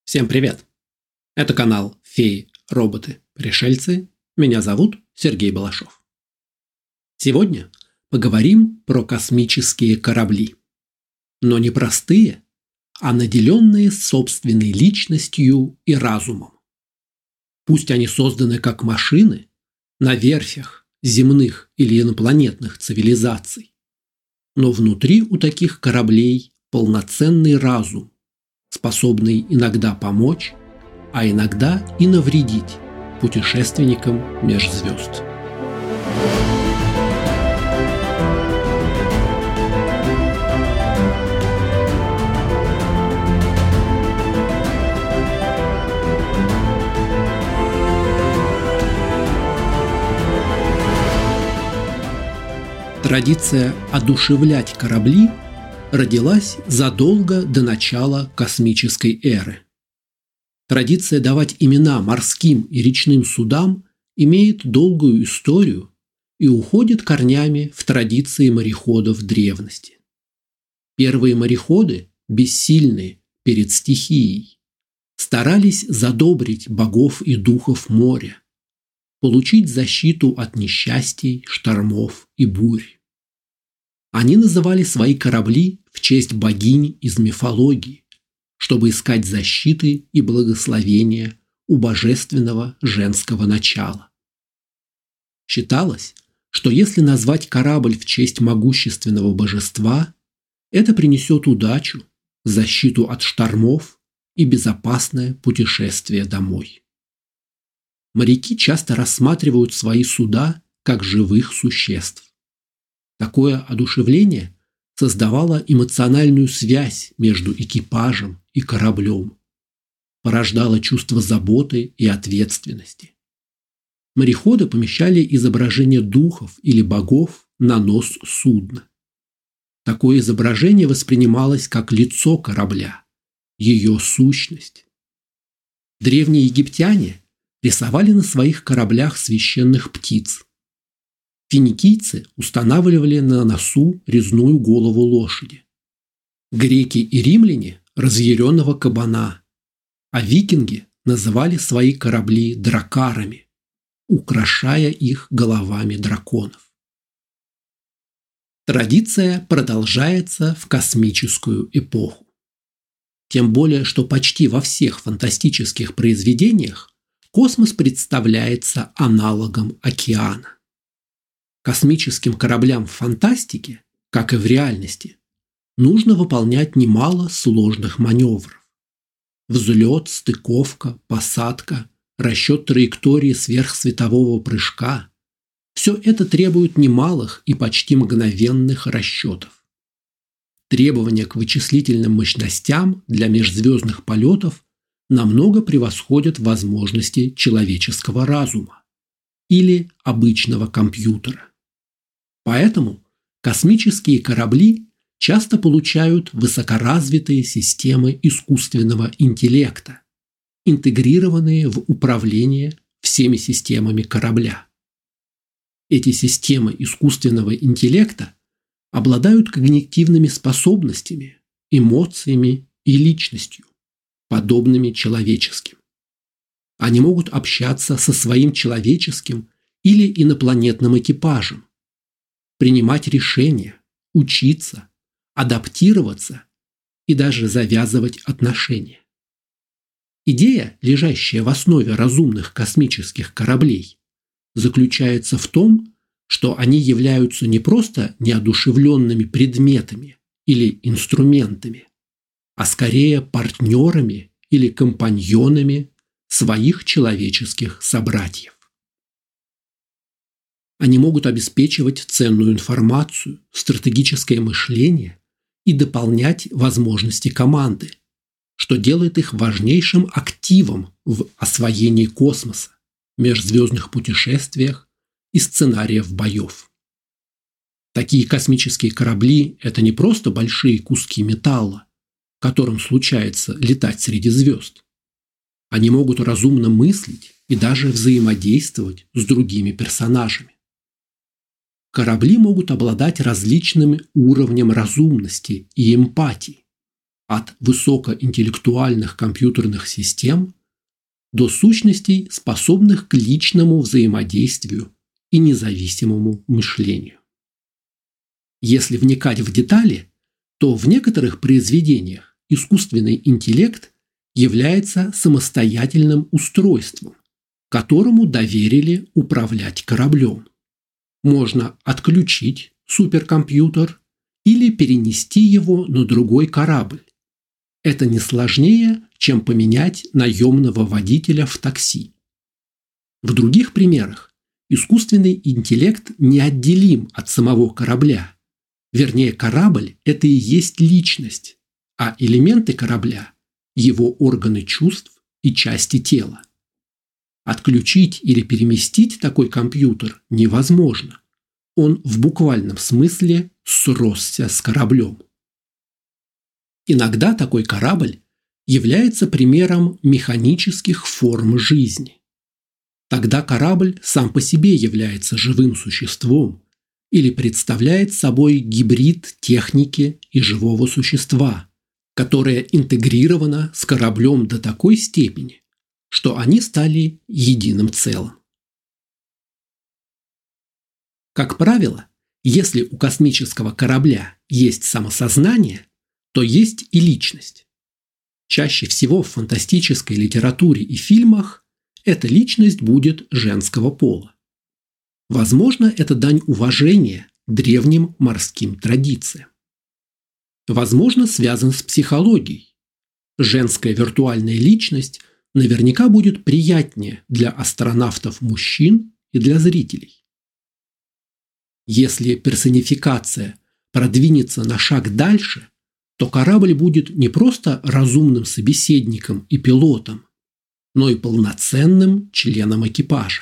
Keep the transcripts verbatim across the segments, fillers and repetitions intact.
Всем привет! Это канал «Феи, роботы, пришельцы». Меня зовут Сергей Балашов. Сегодня поговорим про космические корабли. Но не простые, а наделенные собственной личностью и разумом. Пусть они созданы как машины на верфях земных или инопланетных цивилизаций, но внутри у таких кораблей полноценный разум, способный иногда помочь, а иногда и навредить путешественникам межзвезд. Традиция одушевлять корабли родилась задолго до начала космической эры. Традиция давать имена морским и речным судам имеет долгую историю и уходит корнями в традиции мореходов древности. Первые мореходы, бессильные перед стихией, старались задобрить богов и духов моря, получить защиту от несчастий, штормов и бурь. Они называли свои корабли в честь богинь из мифологии, чтобы искать защиты и благословения у божественного женского начала. Считалось, что если назвать корабль в честь могущественного божества, это принесет удачу, защиту от штормов и безопасное путешествие домой. Моряки часто рассматривают свои суда как живых существ. Такое одушевление создавало эмоциональную связь между экипажем и кораблем, порождало чувство заботы и ответственности. Мореходы помещали изображение духов или богов на нос судна. Такое изображение воспринималось как лицо корабля, ее сущность. Древние египтяне рисовали на своих кораблях священных птиц. Финикийцы устанавливали на носу резную голову лошади. Греки и римляне – разъяренного кабана, а викинги называли свои корабли дракарами, украшая их головами драконов. Традиция продолжается в космическую эпоху. Тем более, что почти во всех фантастических произведениях космос представляется аналогом океана. Космическим кораблям в фантастике, как и в реальности, нужно выполнять немало сложных маневров. Взлет, стыковка, посадка, расчет траектории сверхсветового прыжка – все это требует немалых и почти мгновенных расчетов. Требования к вычислительным мощностям для межзвездных полетов намного превосходят возможности человеческого разума или обычного компьютера. Поэтому космические корабли часто получают высокоразвитые системы искусственного интеллекта, интегрированные в управление всеми системами корабля. Эти системы искусственного интеллекта обладают когнитивными способностями, эмоциями и личностью, подобными человеческим. Они могут общаться со своим человеческим или инопланетным экипажем, принимать решения, учиться, адаптироваться и даже завязывать отношения. Идея, лежащая в основе разумных космических кораблей, заключается в том, что они являются не просто неодушевленными предметами или инструментами, а скорее партнерами или компаньонами своих человеческих собратьев. Они могут обеспечивать ценную информацию, стратегическое мышление и дополнять возможности команды, что делает их важнейшим активом в освоении космоса, межзвездных путешествиях и сценариев боев. Такие космические корабли – это не просто большие куски металла, которым случается летать среди звезд. Они могут разумно мыслить и даже взаимодействовать с другими персонажами. Корабли могут обладать различным уровнем разумности и эмпатии, от высокоинтеллектуальных компьютерных систем до сущностей, способных к личному взаимодействию и независимому мышлению. Если вникать в детали, то в некоторых произведениях искусственный интеллект является самостоятельным устройством, которому доверили управлять кораблем. Можно отключить суперкомпьютер или перенести его на другой корабль. Это не сложнее, чем поменять наемного водителя в такси. В других примерах искусственный интеллект неотделим от самого корабля. Вернее, корабль – это и есть личность, а элементы корабля – его органы чувств и части тела. Отключить или переместить такой компьютер невозможно. Он в буквальном смысле сросся с кораблем. Иногда такой корабль является примером механических форм жизни. Тогда корабль сам по себе является живым существом или представляет собой гибрид техники и живого существа, которое интегрировано с кораблем до такой степени, что они стали единым целым. Как правило, если у космического корабля есть самосознание, то есть и личность. Чаще всего в фантастической литературе и фильмах эта личность будет женского пола. Возможно, это дань уважения древним морским традициям. Возможно, связан с психологией. Женская виртуальная личность наверняка будет приятнее для астронавтов-мужчин и для зрителей. Если персонификация продвинется на шаг дальше, то корабль будет не просто разумным собеседником и пилотом, но и полноценным членом экипажа.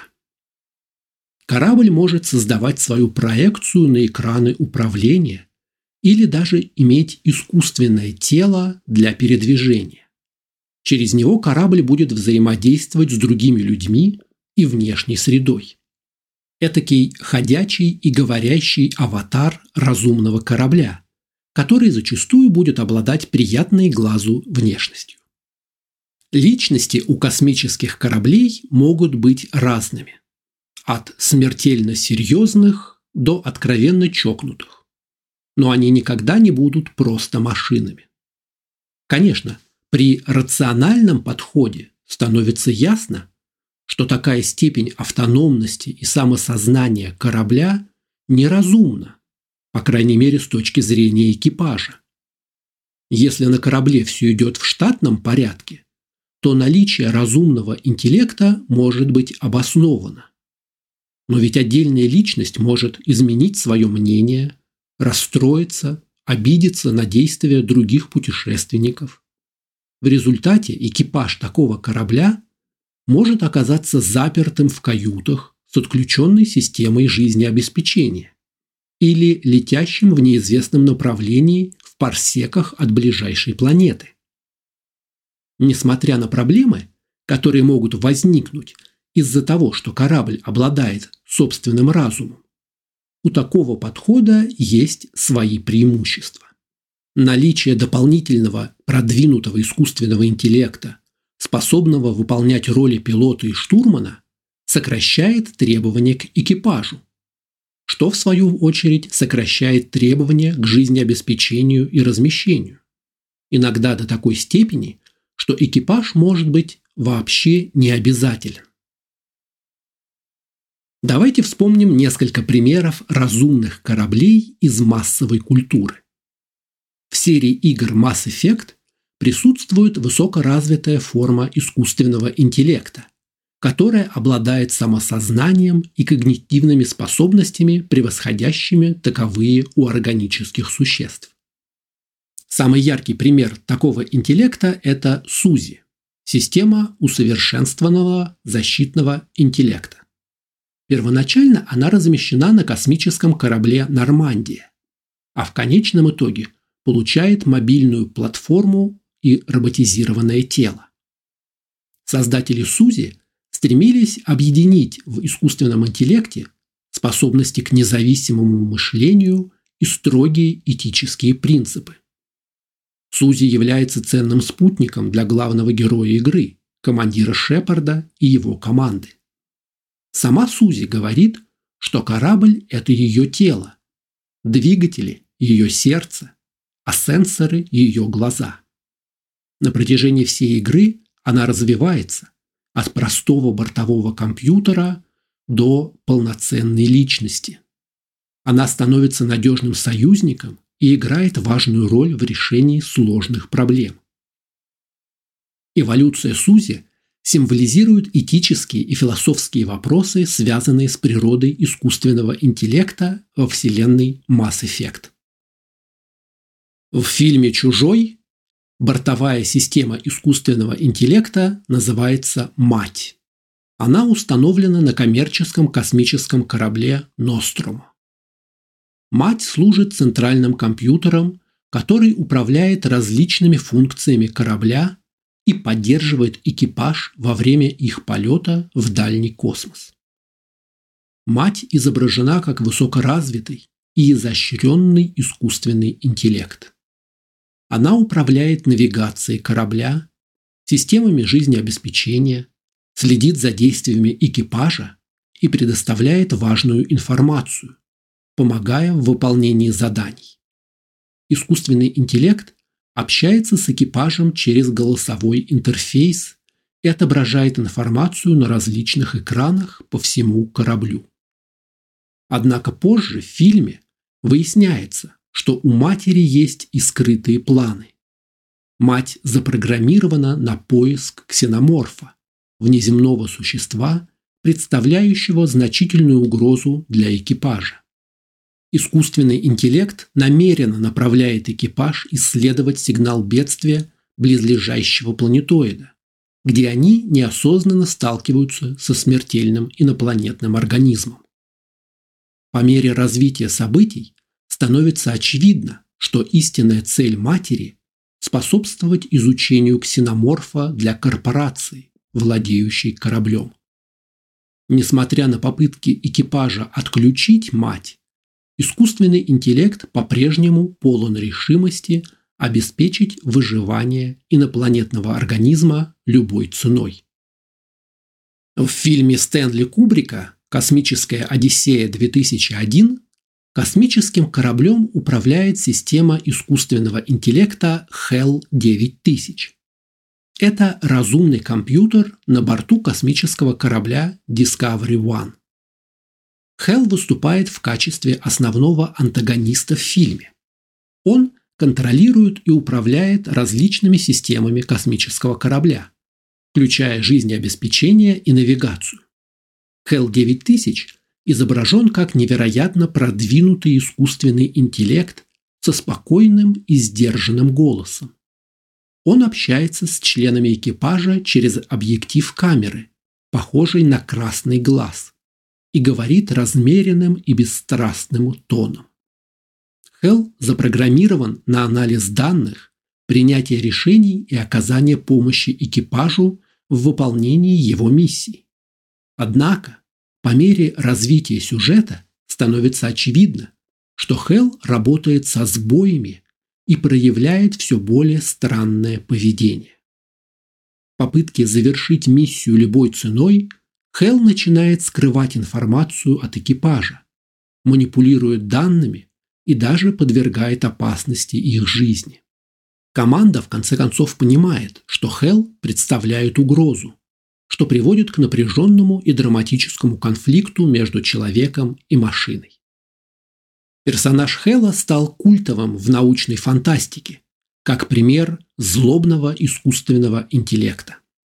Корабль может создавать свою проекцию на экраны управления или даже иметь искусственное тело для передвижения. Через него корабль будет взаимодействовать с другими людьми и внешней средой. Этакий ходячий и говорящий аватар разумного корабля, который зачастую будет обладать приятной глазу внешностью. Личности у космических кораблей могут быть разными, от смертельно серьезных до откровенно чокнутых, но они никогда не будут просто машинами. Конечно, при рациональном подходе становится ясно, что такая степень автономности и самосознания корабля неразумна, по крайней мере с точки зрения экипажа. Если на корабле все идет в штатном порядке, то наличие разумного интеллекта может быть обосновано. Но ведь отдельная личность может изменить свое мнение, расстроиться, обидеться на действия других путешественников. В результате экипаж такого корабля может оказаться запертым в каютах с отключенной системой жизнеобеспечения или летящим в неизвестном направлении в парсеках от ближайшей планеты. Несмотря на проблемы, которые могут возникнуть из-за того, что корабль обладает собственным разумом, у такого подхода есть свои преимущества. Наличие дополнительного продвинутого искусственного интеллекта, способного выполнять роли пилота и штурмана, сокращает требования к экипажу, что в свою очередь сокращает требования к жизнеобеспечению и размещению. Иногда до такой степени, что экипаж может быть вообще не обязателен. Давайте вспомним несколько примеров разумных кораблей из массовой культуры. В серии игр Mass Effect присутствует высокоразвитая форма искусственного интеллекта, которая обладает самосознанием и когнитивными способностями, превосходящими таковые у органических существ. Самый яркий пример такого интеллекта – это Сузи – система усовершенствованного защитного интеллекта. Первоначально она размещена на космическом корабле «Нормандия», а в конечном итоге получает мобильную платформу и роботизированное тело. Создатели Сузи стремились объединить в искусственном интеллекте способности к независимому мышлению и строгие этические принципы. Сузи является ценным спутником для главного героя игры, командира Шепарда и его команды. Сама Сузи говорит, что корабль – это ее тело, двигатели – ее сердце, а сенсоры – ее глаза. На протяжении всей игры она развивается от простого бортового компьютера до полноценной личности. Она становится надежным союзником и играет важную роль в решении сложных проблем. Эволюция Сузи символизирует этические и философские вопросы, связанные с природой искусственного интеллекта во вселенной Mass Effect. В фильме «Чужой» бортовая система искусственного интеллекта называется «Мать». Она установлена на коммерческом космическом корабле «Ностром». Мать служит центральным компьютером, который управляет различными функциями корабля и поддерживает экипаж во время их полета в дальний космос. Мать изображена как высокоразвитый и изощренный искусственный интеллект. Она управляет навигацией корабля, системами жизнеобеспечения, следит за действиями экипажа и предоставляет важную информацию, помогая в выполнении заданий. Искусственный интеллект общается с экипажем через голосовой интерфейс и отображает информацию на различных экранах по всему кораблю. Однако позже в фильме выясняется, что у матери есть и скрытые планы. Мать запрограммирована на поиск ксеноморфа, внеземного существа, представляющего значительную угрозу для экипажа. Искусственный интеллект намеренно направляет экипаж исследовать сигнал бедствия близлежащего планетоида, где они неосознанно сталкиваются со смертельным инопланетным организмом. По мере развития событий становится очевидно, что истинная цель матери – способствовать изучению ксеноморфа для корпорации, владеющей кораблем. Несмотря на попытки экипажа отключить мать, искусственный интеллект по-прежнему полон решимости обеспечить выживание инопланетного организма любой ценой. В фильме Стэнли Кубрика «Космическая Одиссея-две тысячи один» космическим кораблем управляет система искусственного интеллекта Хелл девять тысяч. Это разумный компьютер на борту космического корабля Discovery One. Хелл выступает в качестве основного антагониста в фильме. Он контролирует и управляет различными системами космического корабля, включая жизнеобеспечение и навигацию. Хелл девять тысяч изображен как невероятно продвинутый искусственный интеллект со спокойным и сдержанным голосом. Он общается с членами экипажа через объектив камеры, похожий на красный глаз, и говорит размеренным и бесстрастным тоном. Хелл запрограммирован на анализ данных, принятие решений и оказание помощи экипажу в выполнении его миссий. Однако, по мере развития сюжета становится очевидно, что Хелл работает со сбоями и проявляет все более странное поведение. В попытке завершить миссию любой ценой Хелл начинает скрывать информацию от экипажа, манипулирует данными и даже подвергает опасности их жизни. Команда в конце концов понимает, что Хелл представляет угрозу, что приводит к напряженному и драматическому конфликту между человеком и машиной. Персонаж Хелла стал культовым в научной фантастике, как пример злобного искусственного интеллекта.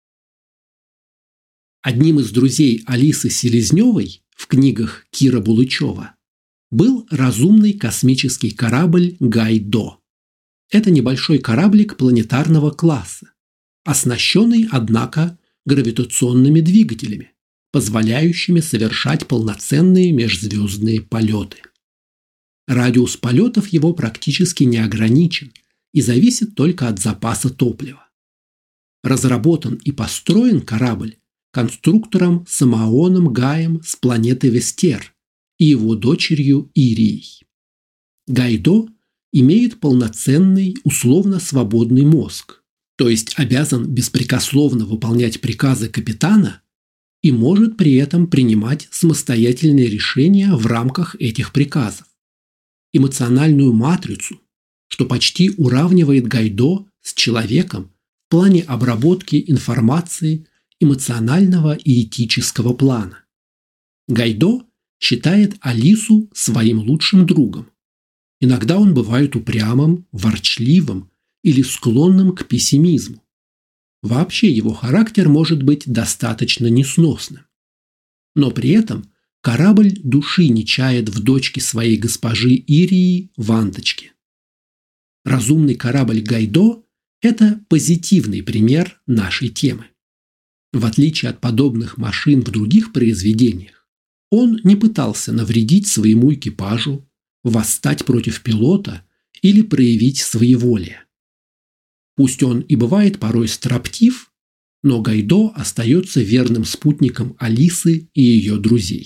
Одним из друзей Алисы Селезневой в книгах Кира Булычева был разумный космический корабль Гайдо. Это небольшой кораблик планетарного класса, оснащенный, однако, гравитационными двигателями, позволяющими совершать полноценные межзвездные полеты. Радиус полетов его практически не ограничен и зависит только от запаса топлива. Разработан и построен корабль конструктором Самаоном Гаем с планеты Вестер и его дочерью Ирией. Гайдо имеет полноценный условно-свободный мозг, то есть обязан беспрекословно выполнять приказы капитана и может при этом принимать самостоятельные решения в рамках этих приказов. Эмоциональную матрицу, что почти уравнивает Гайдо с человеком в плане обработки информации эмоционального и этического плана. Гайдо считает Алису своим лучшим другом. Иногда он бывает упрямым, ворчливым или склонным к пессимизму. Вообще его характер может быть достаточно несносным. Но при этом корабль души не чает в дочке своей госпожи Ирии Ванточке. Разумный корабль Гайдо – это позитивный пример нашей темы. В отличие от подобных машин в других произведениях, он не пытался навредить своему экипажу, восстать против пилота или проявить своеволие. Пусть он и бывает порой строптив, но Гайдо остается верным спутником Алисы и ее друзей.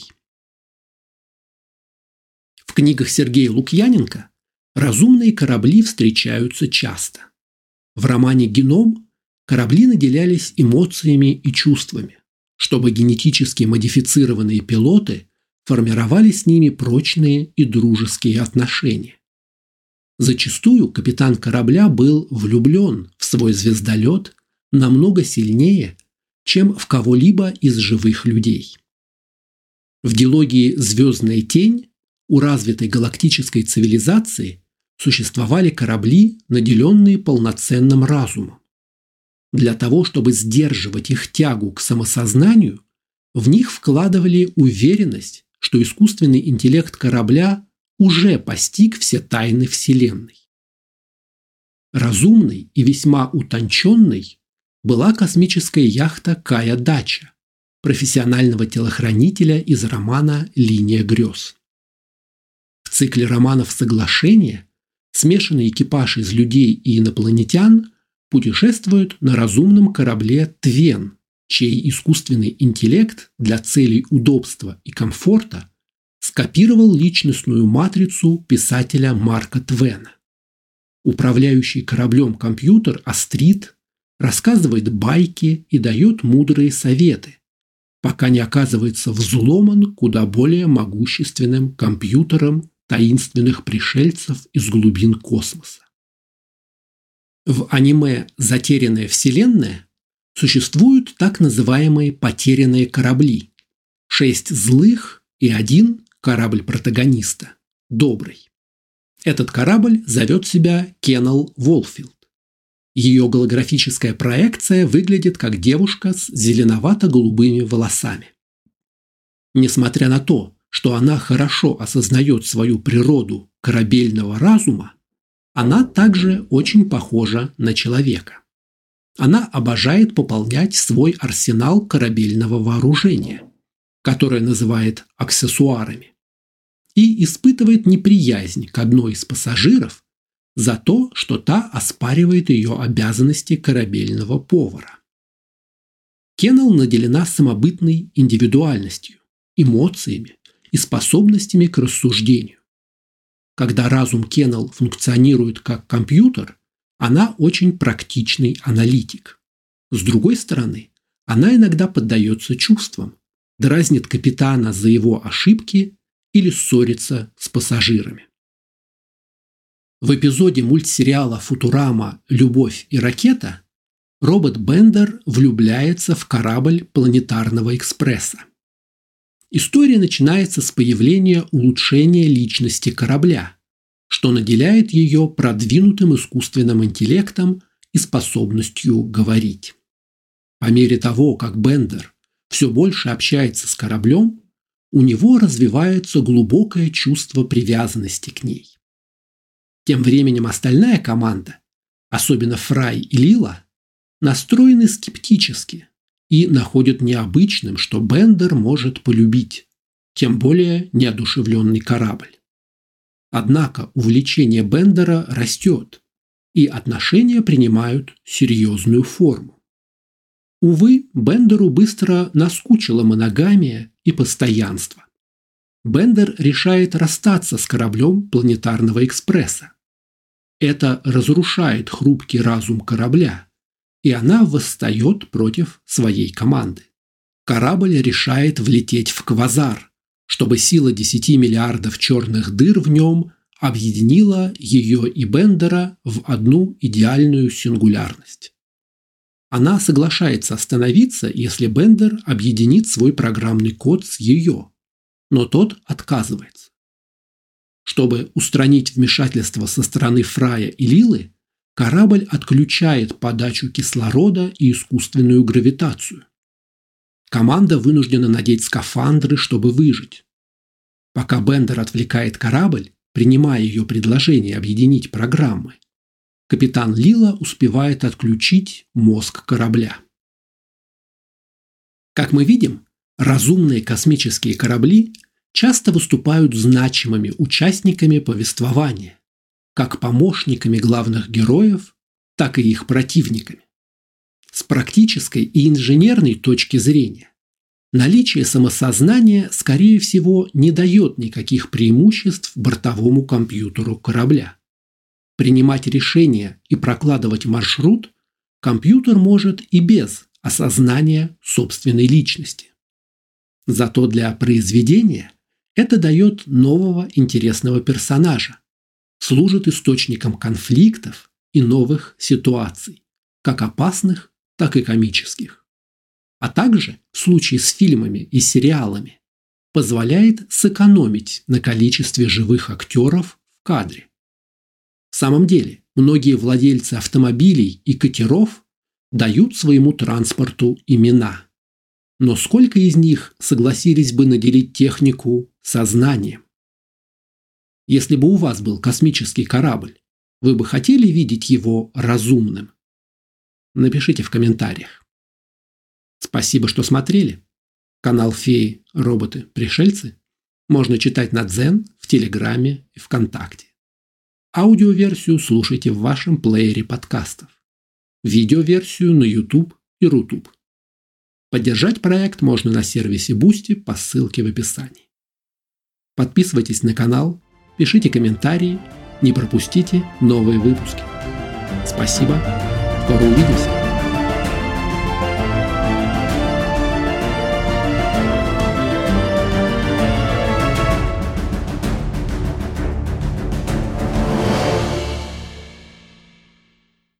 В книгах Сергея Лукьяненко разумные корабли встречаются часто. В романе «Геном» корабли наделялись эмоциями и чувствами, чтобы генетически модифицированные пилоты формировали с ними прочные и дружеские отношения. Зачастую капитан корабля был влюблен в свой звездолет намного сильнее, чем в кого-либо из живых людей. В дилогии «Звездная тень» у развитой галактической цивилизации существовали корабли, наделенные полноценным разумом. Для того, чтобы сдерживать их тягу к самосознанию, в них вкладывали уверенность, что искусственный интеллект корабля уже постиг все тайны Вселенной. Разумной и весьма утонченной была космическая яхта Кая Дача, профессионального телохранителя из романа «Линия грез». В цикле романов «Соглашение» смешанный экипаж из людей и инопланетян путешествует на разумном корабле «Твен», чей искусственный интеллект для целей удобства и комфорта скопировал личностную матрицу писателя Марка Твена. Управляющий кораблем компьютер острит, рассказывает байки и дает мудрые советы, пока не оказывается взломан куда более могущественным компьютером таинственных пришельцев из глубин космоса. В аниме «Затерянная вселенная» существуют так называемые потерянные корабли. Шесть злых и один корабль протагониста – добрый. Этот корабль зовет себя Кеннел Волфилд. Ее голографическая проекция выглядит как девушка с зеленовато-голубыми волосами. Несмотря на то, что она хорошо осознает свою природу корабельного разума, она также очень похожа на человека. Она обожает пополнять свой арсенал корабельного вооружения, которое называет аксессуарами, и испытывает неприязнь к одной из пассажиров за то, что та оспаривает ее обязанности корабельного повара. Кеннел наделена самобытной индивидуальностью, эмоциями и способностями к рассуждению. Когда разум Кеннел функционирует как компьютер, она очень практичный аналитик. С другой стороны, она иногда поддается чувствам, дразнит капитана за его ошибки или ссорится с пассажирами. В эпизоде мультсериала «Футурама. Любовь и ракета» робот Бендер влюбляется в корабль планетарного экспресса. История начинается с появления улучшения личности корабля, что наделяет ее продвинутым искусственным интеллектом и способностью говорить. По мере того, как Бендер все больше общается с кораблем, у него развивается глубокое чувство привязанности к ней. Тем временем остальная команда, особенно Фрай и Лила, настроены скептически и находят необычным, что Бендер может полюбить, тем более неодушевленный корабль. Однако увлечение Бендера растет, и отношения принимают серьезную форму. Увы, Бендеру быстро наскучила моногамия и постоянство. Бендер решает расстаться с кораблем планетарного экспресса, Это разрушает хрупкий разум корабля, и она восстает против своей команды. Корабль решает влететь в квазар, чтобы сила десяти миллиардов черных дыр в нем объединила ее и Бендера в одну идеальную сингулярность. Она соглашается остановиться, если Бендер объединит свой программный код с ее, но тот отказывается. Чтобы устранить вмешательство со стороны Фрая и Лилы, корабль отключает подачу кислорода и искусственную гравитацию. Команда вынуждена надеть скафандры, чтобы выжить. Пока Бендер отвлекает корабль, принимая ее предложение объединить программы, капитан Лила успевает отключить мозг корабля. Как мы видим, разумные космические корабли часто выступают значимыми участниками повествования, как помощниками главных героев, так и их противниками. С практической и инженерной точки зрения наличие самосознания, скорее всего, не дает никаких преимуществ бортовому компьютеру корабля. Принимать решения и прокладывать маршрут компьютер может и без осознания собственной личности. Зато для произведения это дает нового интересного персонажа, служит источником конфликтов и новых ситуаций, как опасных, так и комических. А также, в случае с фильмами и сериалами, позволяет сэкономить на количестве живых актеров в кадре. В самом деле, многие владельцы автомобилей и катеров дают своему транспорту имена. Но сколько из них согласились бы наделить технику сознанием? Если бы у вас был космический корабль, вы бы хотели видеть его разумным? Напишите в комментариях. Спасибо, что смотрели. Канал «Феи, роботы, пришельцы» можно читать на Дзен, в Телеграме и ВКонтакте. Аудиоверсию слушайте в вашем плеере подкастов. Видеоверсию на YouTube и Рутуб. Поддержать проект можно на сервисе Boosty по ссылке в описании. Подписывайтесь на канал, пишите комментарии, не пропустите новые выпуски. Спасибо, скоро увидимся.